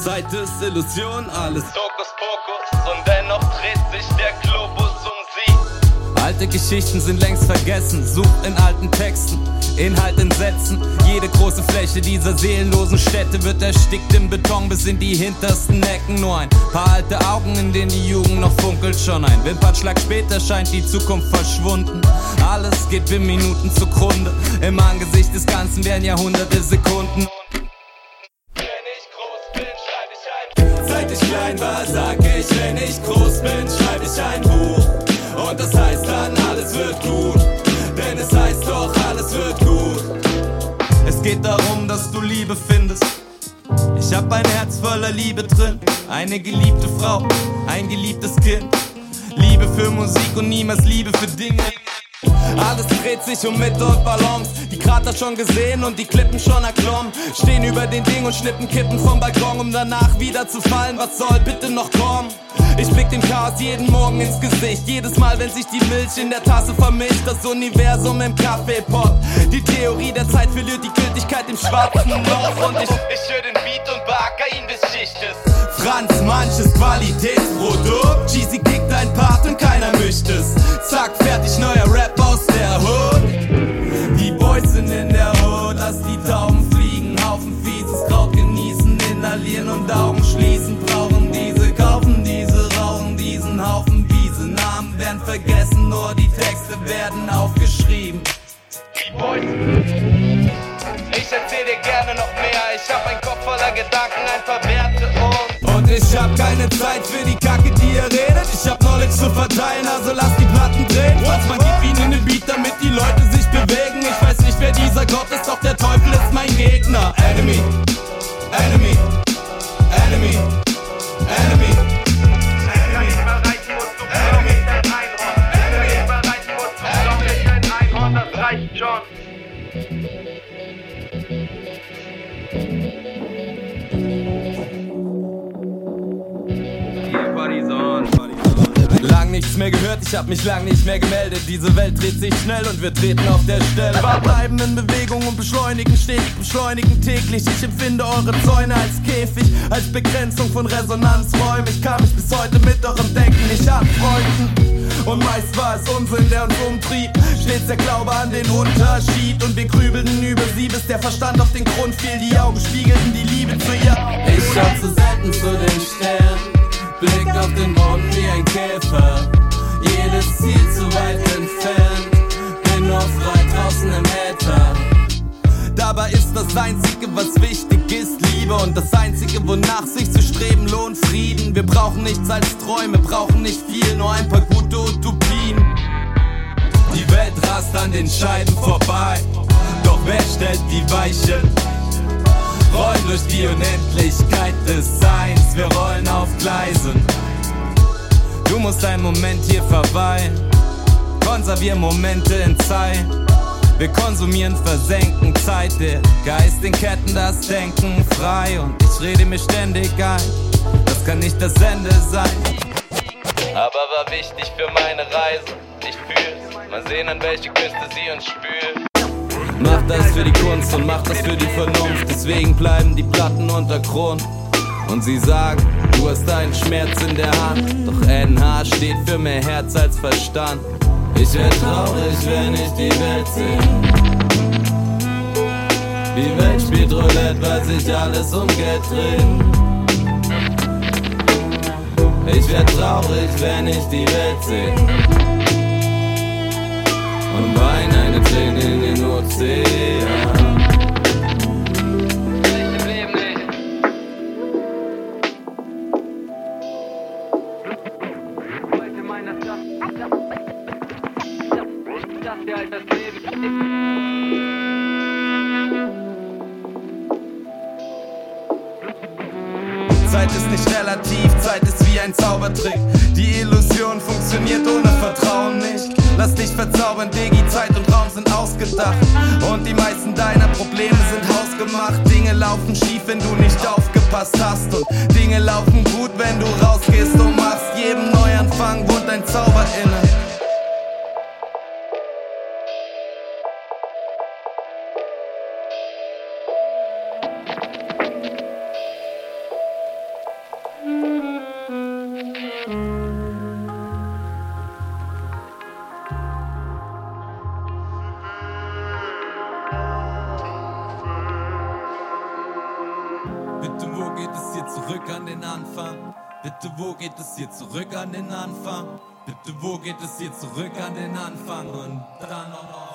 Zeit ist Illusion, alles Hokuspokus und dennoch dreht sich der Globus um sie. Alte Geschichten sind längst vergessen, such in alten Texten Inhalt in Sätzen. Jede große Fläche dieser seelenlosen Städte wird erstickt im Beton bis in die hintersten Ecken. Nur ein paar alte Augen, in denen die Jugend noch funkelt. Schon ein Wimpernschlag später scheint die Zukunft verschwunden. Alles geht in Minuten zugrunde. Im Angesicht des Ganzen werden Jahrhunderte Sekunden. Wenn ich groß bin, schreib ich ein Buch. Seit ich klein war, sag ich, wenn ich groß bin, schreib ich ein Buch. Und das heißt dann, alles wird gut. Denn es heißt doch, alles wird gut. Es geht darum, dass du Liebe findest. Ich hab ein Herz voller Liebe drin. Eine geliebte Frau, ein geliebtes Kind. Liebe für Musik und niemals Liebe für Dinge. Alles dreht sich um Mitte und Ballons. Die Krater schon gesehen und die Klippen schon erklommen. Stehen über den Ding und schnippen Kippen vom Balkon, um danach wieder zu fallen. Was soll bitte noch kommen? Ich blick dem Chaos jeden Morgen ins Gesicht. Jedes Mal, wenn sich die Milch in der Tasse vermischt. Das Universum im Kaffeepot. Die Theorie der Zeit verliert die Gültigkeit im schwarzen Loch. Und ich höre den Beat und beacker ihn bis Schicht ist. Franz, manches Qualitätsprodukt. Jeezy kickt ein Part und keiner mischt es. Zack, fertig, neuer Rap aus der Hood. Die Boys sind in der Hood, lass die Tauben fliegen. Haufen fieses Kraut genießen, inhalieren und Augen schließen. Brauchen diese, kaufen diese, rauchen diesen Haufen Wiese. Namen werden vergessen, nur die Texte werden aufgeschrieben. Die Boys. Ich erzähl dir gerne noch mehr. Ich hab einen Kopf voller Gedanken, ein paar Werte und ich hab keine Zeit für die Kacke, die ihr redet. Ich hab Knowledge zu verteilen, also lass die Platten drehen. Manchmal gib ihnen den Beat, damit die Leute sich bewegen. Ich weiß nicht, wer dieser Gott ist, doch der Teufel ist mein Gegner. Enemy, enemy, enemy, enemy. Das reicht schon. Lang nichts mehr gehört, ich hab mich lang nicht mehr gemeldet. Diese Welt dreht sich schnell und wir treten auf der Stelle. Wir bleiben in Bewegung und beschleunigen stetig, beschleunigen täglich. Ich empfinde eure Zäune als Käfig, als Begrenzung von Resonanzräumen. Ich kann mich bis heute mit eurem Denken nicht anfreunden. Und meist war es Unsinn, der uns umtrieb. Stets der Glaube an den Unterschied. Und wir grübelten über sie, bis der Verstand auf den Grund fiel. Die Augen spiegelten die Liebe zu ihr. Ich schau zu selten zu den Sternen, Blick auf den Boden wie ein Käfer. Jedes Ziel zu weit entfernt, bin nur frei draußen im Äther. Dabei ist das Einzige, was wichtig ist, Liebe. Und das Einzige, wonach sich zu streben lohnt, Frieden. Wir brauchen nichts als Träume, brauchen nicht viel, nur ein paar gute Utopien. Die Welt rast an den Scheiben vorbei, doch wer stellt die Weichen? Rollen durch die Unendlichkeit des Seins, wir rollen auf Gleisen. Du musst einen Moment hier verweilen, konservier Momente in Zeit. Wir konsumieren, versenken Zeit, der Geist in Ketten, das Denken frei. Und ich rede mir ständig ein, das kann nicht das Ende sein. Aber war wichtig für meine Reise, ich fühl's, mal sehen, an welche Küste sie uns spült. Mach das für die Kunst und mach das für die Vernunft, deswegen bleiben die Platten Untergrund. Und sie sagen, du hast einen Schmerz in der Hand, doch NH steht für mehr Herz als Verstand. Ich wär traurig, wenn ich die Welt seh. Die Welt spielt Roulette, weil sich alles um Geld dreht. Ich wär traurig, wenn ich die Welt seh. Und wein eine Träne in den Ozean. Zeit ist nicht relativ, Zeit ist wie ein Zaubertrick. Die Illusion funktioniert ohne Vertrauen nicht. Lass dich verzaubern, Digi, Zeit und Raum sind ausgedacht. Und die meisten deiner Probleme sind hausgemacht. Dinge laufen schief, wenn du nicht aufgepasst hast. Und Dinge laufen gut, wenn du rausgehst und machst. Jedem Neuanfang wohnt ein Zauber inne. zurück an den Anfang? Bitte, wo geht es hier zurück an den Anfang? Bitte, wo geht es hier zurück an den Anfang? Und dann noch